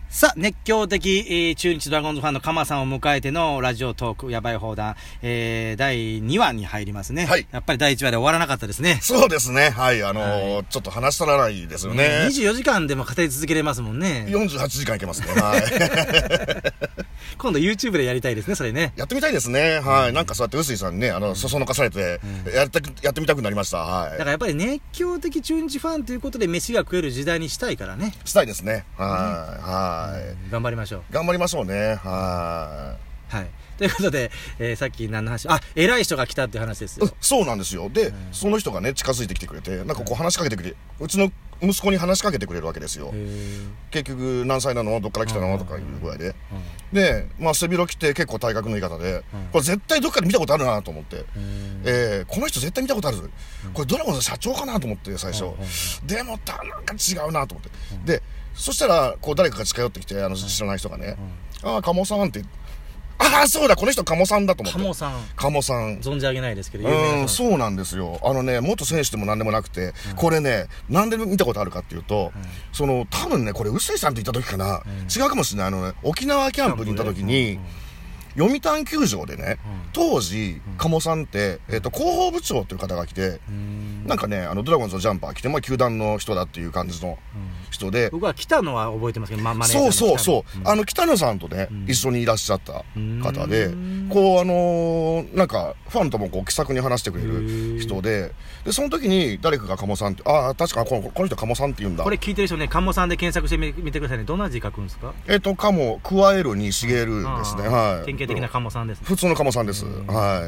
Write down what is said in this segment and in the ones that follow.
さあ、熱狂的、中日ドラゴンズファンの鎌さんを迎えてのラジオトーク、やばい放談、第2話に入りますね。 はい。 やっぱり第1話で終わらなかったですね。 そうですね。はい。 はいちょっと話し足らないですよね。 24時間でも語り続けれますもんね。 48時間いけますね。はい。 今度 YouTube でやりたいですね、それね。 やってみたいですね。はい。なんかそうやって臼井さんにね、そそのかされて、やってみたくなりました。はい。 だからやっぱり熱狂的中日ファンということで飯が食える時代にしたいからね。 したいですね。はい。はい。 頑張りましょう。 頑張りましょうね。はい。 はい。ということで、さっき何の話、偉い人が来たっていう話ですよ。 そうなんですよ。で、その人がね、近づいてきてくれて、なんかこう話しかけてくれ、うちの息子に話しかけてくれるわけですよ。結局、何歳なのどっから来たのとかいう具合で。で、まあ、背広着て結構体格のいい方で、これ絶対どっかで見たことあるなと思って、この人絶対見たことある。これドラゴンズ社長かなと思って、最初。でも、なんか違うなと思って。で、そしたら、こう誰かが近寄ってきて、知らない人がね、鴨さんって、そうだ、この人鴨さんだと思って。鴨さん。 存じ上げないですけど、 そうなんですよ。元選手でも何でもなくて、これね、なんで見たことあるかっていうと、多分ね、これ、臼井さんと行った時かな、違うかもしれない。沖縄キャンプに行った時に、読谷球場でね、当時、鴨さんって、広報部長っていう方が来て、なんかね、ドラゴンズのジャンパー着て、まあ、球団の人だっていう感じの人で。 僕は来たのは覚えてますけど、マネージャーのそう。北野さんとね、一緒にいらっしゃった方で、こう、なんか、ファンともこう、気さくに話してくれる人で、その時に誰かが鴨さんって、確かこの人鴨さんって言うんだ。 これ聞いてる人ね、鴨さんで検索してみてくださいね。どんな字書くんですか？ 鴨、加えるに茂るですね。はい。 典型的な鴨さんですね。 普通の鴨さんです。はい。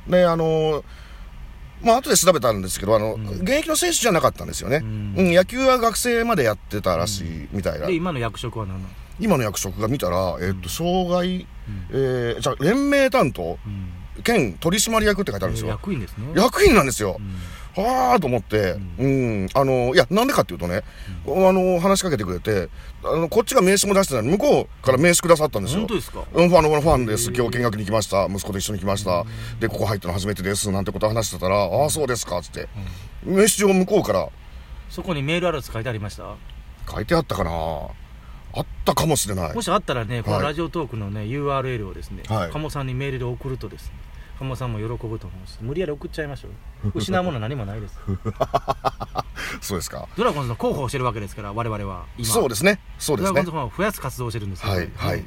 で、まあ、後で調べたんですけど、現役の選手じゃなかったんですよね。野球は学生までやってたらしいみたいな。 で、今の役職は何なの？ 今の役職が見たら、障害、じゃあ、連盟担当、兼取締役って書いてあるんですよ。 役員ですね。 役員なんですよ。と思って、いや、なんでかっていうとね、話しかけてくれて、こっちが名刺も出してないのに、向こうから名刺くださったんですよ。 本当ですか？ ファンです。今日見学に来ました。息子と一緒に来ました。で、ここ入ったの初めてです。なんてことを話してたら、そうですか、つって。名刺を向こうから。 そこにメールアドレス書いてありました？ 書いてあったかな？あったかもしれない。 もしあったらね、このラジオトークのね、URL をですね、鴨さんにメールで送るとですね、鴨さんも喜ぶと思うし、無理やり送っちゃいましょう。失うもの何もないです。 そうですか。 ドラゴンズの広報をしてるわけですから、我々は今。 そうですね。 ドラゴンズファンを増やす活動をしてるんですよ。 はい。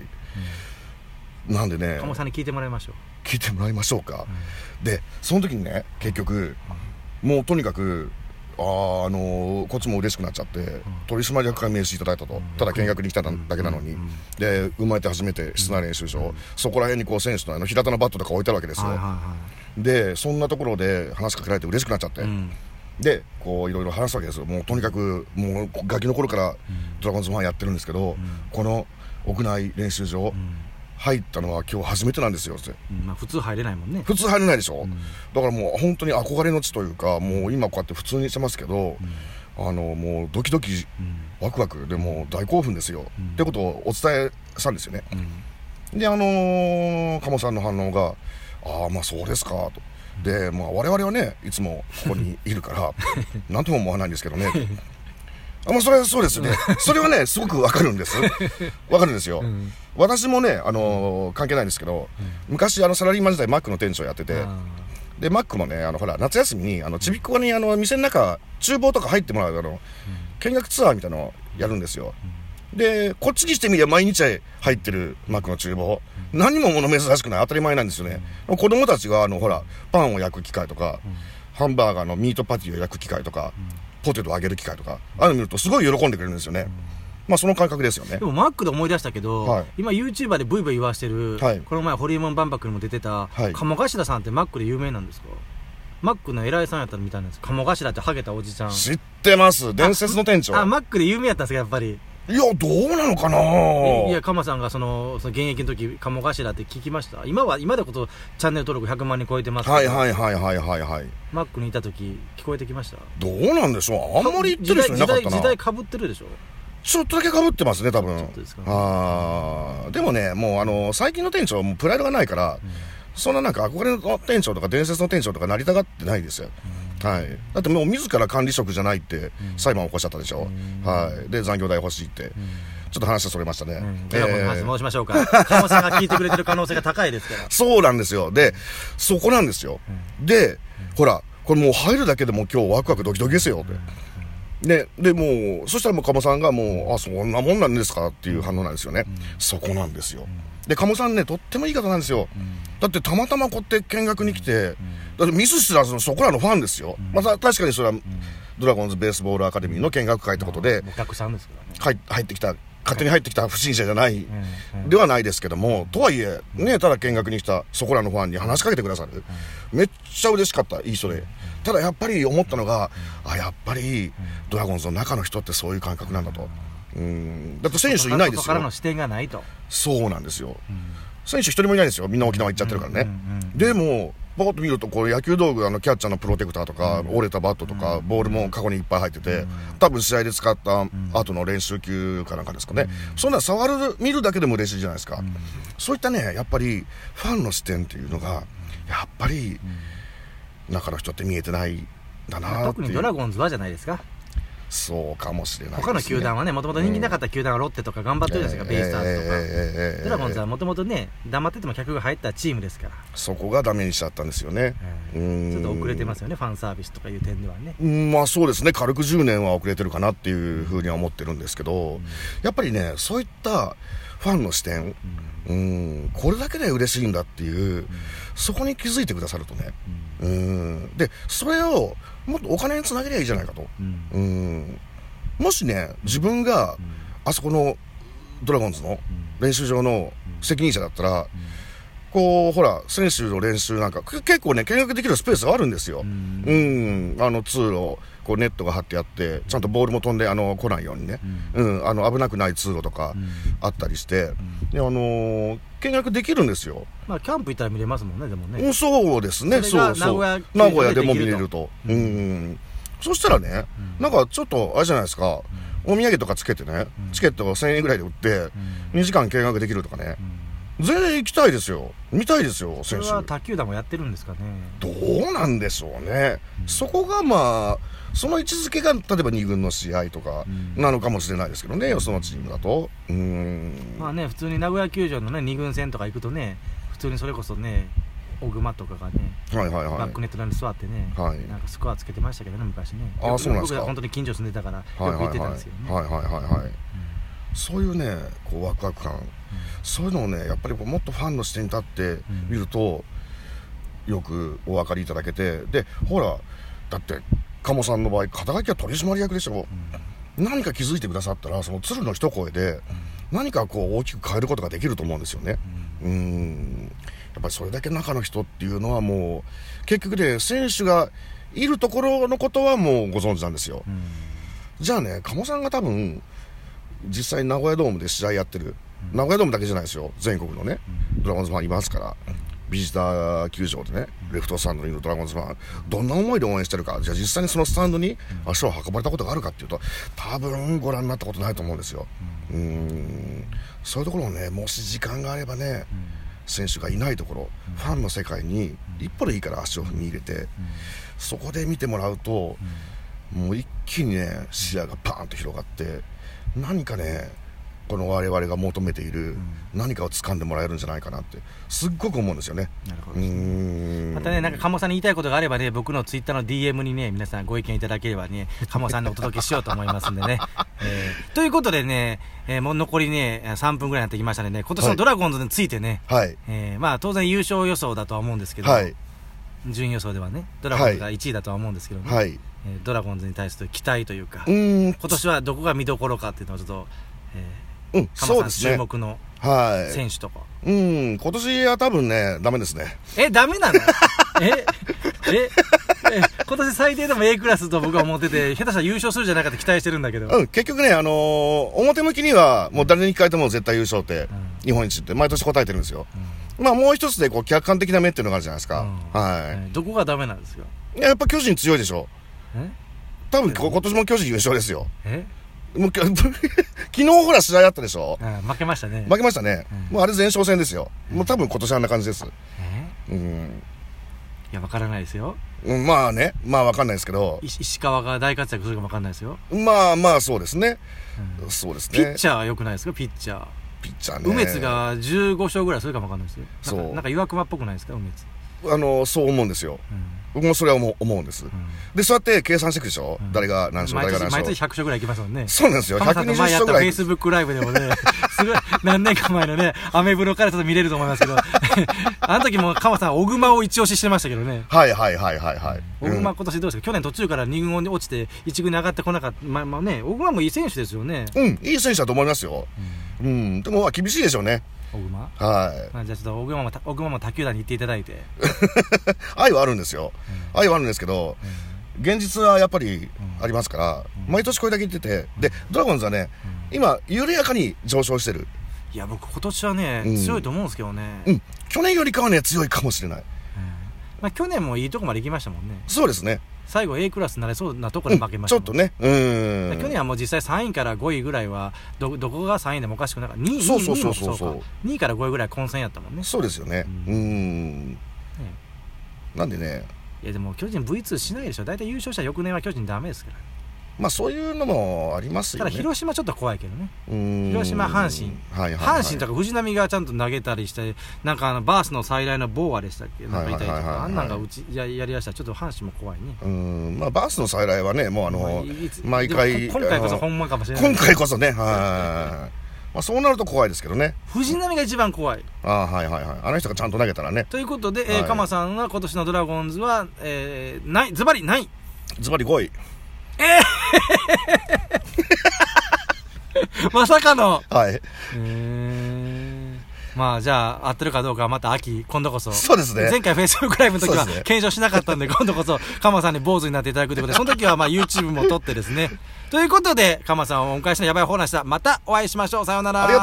なんでね、 鴨さんに聞いてもらいましょう。 聞いてもらいましょうか。で、その時にね、結局、もうとにかく、こっちも嬉しくなっちゃって、取締役から名刺いただいたと。ただ見学に来ただけなのに。で、生まれて初めて室内練習場。そこら辺にこう選手の平田のバットとか置いてあるわけですよ。で、そんなところで話しかけられて嬉しくなっちゃって。で、こういろいろ話すわけですよ。もうとにかく、もうガキの頃からドラゴンズファンやってるんですけど、この屋内練習場、入ったのは今日初めてなんですよって。 まあ普通入れないもんね。 普通入れないでしょ。だからもう本当に憧れの地というか、もう今こうやって普通にしてますけど、もうドキドキ、ワクワクでもう大興奮ですよ。ってことをお伝えしたんですよね。で、鴨さんの反応が、まあそうですか、と。で、まあ我々はね、いつもここにいるから、なんとも思わないんですけどね。まあそれはそうですね。それはね、すごくわかるんです。わかるんですよ。私もね、関係ないんですけど、昔サラリーマン時代マックの店長やってて、で、マックもね、ほら、夏休みに、ちびっこに店の中、厨房とか入ってもらう、見学ツアーみたいなのをやるんですよ。で、こっちにしてみりゃ毎日入ってるマックの厨房。何も物珍しくない、当たり前なんですよね。子供たちが、ほら、パンを焼く機械とか、ハンバーガーのミートパティを焼く機械とか、ポテトを揚げる機械とか、見るとすごい喜んでくれるんですよね。まあその感覚ですよね。 でもマックで思い出したけど、今 YouTuber でブイブイ言わしてる、この前ホリエモン万博にも出てた、鴨頭さんってマックで有名なんですか？マックの偉いさんやったらみたいなんです。鴨頭ってハゲたおじちゃん。 知ってます。伝説の店長。 マックで有名やったんですか、やっぱり。 いや、どうなのかな。 いや、鴨さんがその現役の時、鴨頭って聞きました。今でことチャンネル登録100万人超えてますけど。 はい。 マックにいた時、聞こえてきました？ どうなんでしょう。あんまり言ってる人いなかったな。 時代被ってるでしょ？ ちょっとだけ被ってますね、多分。 ちょっとですかね。 でもね、もう最近の店長はもうプライドがないから、そんななんか憧れの店長とか伝説の店長とかなりたがってないですよ。はい。だってもう自ら管理職じゃないって裁判を起こしちゃったでしょ。はい。で、残業代欲しいって。 ちょっと話がそれましたね。 ドラゴンズの話戻しましょうか。鴨さんが聞いてくれてる可能性が高いですから。 そうなんですよ。で、そこなんですよ。で、ほら、これもう入るだけでも今日ワクワクドキドキですよって。で、もう、そしたらもう鴨さんがもう、そんなもんなんですかっていう反応なんですよね。そこなんですよ。で、鴨さんね、とってもいい方なんですよ。だってたまたまこうやって見学に来て、だってミスしたらそこらのファンですよ。また確かにそれは、ドラゴンズベースボールアカデミーの見学会ってことで、 お客さんですからね。 入ってきた、勝手に入ってきた不審者じゃない、ではないですけども、とはいえ、ね、ただ見学に来たそこらのファンに話しかけてくださる。めっちゃ嬉しかった、いい人で。ただやっぱり思ったのが、やっぱりドラゴンズの中の人ってそういう感覚なんだと。だって選手いないですよ。 そこからの視点がないと。 そうなんですよ。選手一人もいないですよ。みんな沖縄行っちゃってるからね。でも、パッと見るとこう野球道具、キャッチャーのプロテクターとか、折れたバットとか、ボールも過去にいっぱい入ってて、多分試合で使った後の練習球かなんかですかね。そんな見るだけでも嬉しいじゃないですか。そういったね、やっぱりファンの視点っていうのが、やっぱり中の人って見えてないんだなっていう。 特にドラゴンズはじゃないですか。 そうかもしれないですね。 他の球団はね、もともと人気なかった球団はロッテとか頑張ってるじゃないですか、ベイスターズとか。ドラゴンズはもともとね、黙ってても客が入ったチームですから。 そこがダメにしちゃったんですよね。 ちょっと遅れてますよね、ファンサービスとかいう点ではね。 まあそうですね、軽く10年は遅れてるかなっていうふうには思ってるんですけど、やっぱりね、そういったファンの視点、これだけで嬉しいんだっていう、そこに気づいてくださるとね、で、それをもっとお金につなげりゃいいじゃないかと。もしね、自分があそこのドラゴンズの練習場の責任者だったら、こうほら選手の練習なんか結構ね見学できるスペースがあるんですよ。通路こうネットが張ってあって、ちゃんとボールも飛んで来ないようにね、危なくない通路とかあったりして、で見学できるんですよ。 まあキャンプ行ったら見れますもんね、でもね。 そうですね。そう名古屋でも見れると。そしたらね、なんかちょっとあれじゃないですか、お土産とかつけてね、チケットを1000円ぐらいで売って2時間見学できるとかね。全然行きたいですよ。見たいですよ、選手。 それは他球団もやってるんですかね。 どうなんでしょうね。そこがまあその位置づけが例えば2軍の試合とかなのかもしれないですけどね、よそのチームだと。 まあね、普通に名古屋球場のね2軍戦とか行くとね、普通にそれこそね、小熊とかがね、バックネット裏に座ってね、なんかスコアつけてましたけどね、昔ね。 そうなんですか。 僕は本当に近所住んでたからよく行ってたんですよね。 そういうね、こうワクワク感、そういうのをね、やっぱりもっとファンの視点に立って見ると、よくお分かりいただけて、で、ほら、だって鴨さんの場合肩書きは取締役でしょ。何か気づいてくださったら、その鶴の一声で何かこう大きく変えることができると思うんですよね。やっぱりそれだけ中の人っていうのはもう結局ね、選手がいるところのことはもうご存知なんですよ。じゃあね、鴨さんが多分実際名古屋ドームで試合やってる、名古屋ドームだけじゃないですよ、全国のね、ドラゴンズファンいますから、ビジター球場でね、レフトスタンドにいるドラゴンズファン、どんな思いで応援してるか、じゃあ実際にそのスタンドに足を運ばれたことがあるかっていうと、多分ご覧になったことないと思うんですよ。そういうところをね、もし時間があればね、選手がいないところ、ファンの世界に一歩でいいから足を踏み入れて、そこで見てもらうと、もう一気にね、視野がパーンと広がって、何かね、この我々が求めている何かを掴んでもらえるんじゃないかなってすっごく思うんですよね。 なるほど。またね、なんか鴨さんに言いたいことがあればね、僕のツイッターの DM にね、皆さんご意見いただければね、鴨さんにお届けしようと思いますんでね。ということでね、もう残りね3分ぐらいになってきましたのでね、今年のドラゴンズについてね、まあ当然優勝予想だとは思うんですけど、順位予想ではね、ドラゴンズが1位だとは思うんですけどね、ドラゴンズに対する期待というか、今年はどこが見どころかっていうのをちょっと、 そうですね、 注目の選手とか、 今年は多分ね、ダメですね。 ダメなの？今年最低でも A クラスと僕は思ってて、下手したら優勝するんじゃないかって期待してるんだけど、 結局ね、表向きにはもう誰に聞かれても絶対優勝って、日本一って毎年答えてるんですよ。まあもう一つでこう客観的な目っていうのがあるじゃないですか。 どこがダメなんですか？ やっぱ巨人強いでしょ。多分今年も巨人優勝ですよ。もう昨日ほら試合あったでしょ。 負けましたね。 負けましたね。もうあれ前哨戦ですよ。もう多分今年あんな感じです。 いや、わからないですよ。 まあね、まあわかんないですけど、 石川が大活躍するかもわかんないですよ。 まあそうですね、そうですね。 ピッチャーは良くないですか、ピッチャー。 ね、 梅津が15勝ぐらいするかもわかんないですよ。 そうなんか岩隈っぽくないですか、梅津。 そう思うんですよ。僕もそれは思うんです。で、そうやって計算していくでしょ、誰が何勝、誰が何勝。 毎年100勝ぐらいいきますもんね。 そうなんですよ。120勝ぐらい。前やったフェイスブックライブでもね、すごい、何年か前のね、アメブロからちょっと見れると思いますけど、あの時も鎌さん、小熊を一押ししてましたけどね。 はい。 小熊今年どうですか、去年途中から2軍に落ちて、1軍に上がってこなかった。まあね、小熊もいい選手ですよね。 いい選手だと思いますよ。でも、厳しいでしょうね。 小熊。 はい。 まあ、じゃあちょっと小熊も他球団に行っていただいて。 愛はあるんですよ。愛はあるんですけど、現実はやっぱりありますから、毎年これだけ言ってて、で、ドラゴンズはね、今、緩やかに上昇してる。 いや、僕今年はね、強いと思うんですけどね。 去年よりかはね、強いかもしれない。 まあ、去年もいいとこまで行きましたもんね。 そうですね。 最後 A クラスになれそうなところで負けました、 ちょっとね。 去年はもう実際3位から5位ぐらいはどこが3位でもおかしくなかった。2位から5位ぐらい混戦やったもんね。 そうですよね。なんでね。 いやでも巨人 V2 しないでしょ。大体優勝した翌年は巨人ダメですから。 まあそういうのもありますよね。 ただ広島ちょっと怖いけどね。広島、阪神、阪神とか藤浪がちゃんと投げたりして、なんかバースの最大のボーアでしたっけ、なんかいたりとか、あんなんがやりだしたらちょっと阪神も怖いね。 まあバースの再来はね、もう毎回今回こそ本物かもしれない。 今回こそね、はい。まあそうなると怖いですけどね。 藤浪が一番怖い。 あの人がちゃんと投げたらね。 ということで、鎌さんは今年のドラゴンズはズバリ何位？ ズバリ5位。 まさかの。 はい。 まあじゃあ合ってるかどうかはまた秋今度こそ。 そうですね。 前回 Facebook ライブの時は検証しなかったんで、今度こそ鎌さんに坊主になっていただくということで、その時はまあ YouTube も撮ってですね。ということで鎌さんをお迎えしたやばい方なしだ。またお会いしましょう。さようなら。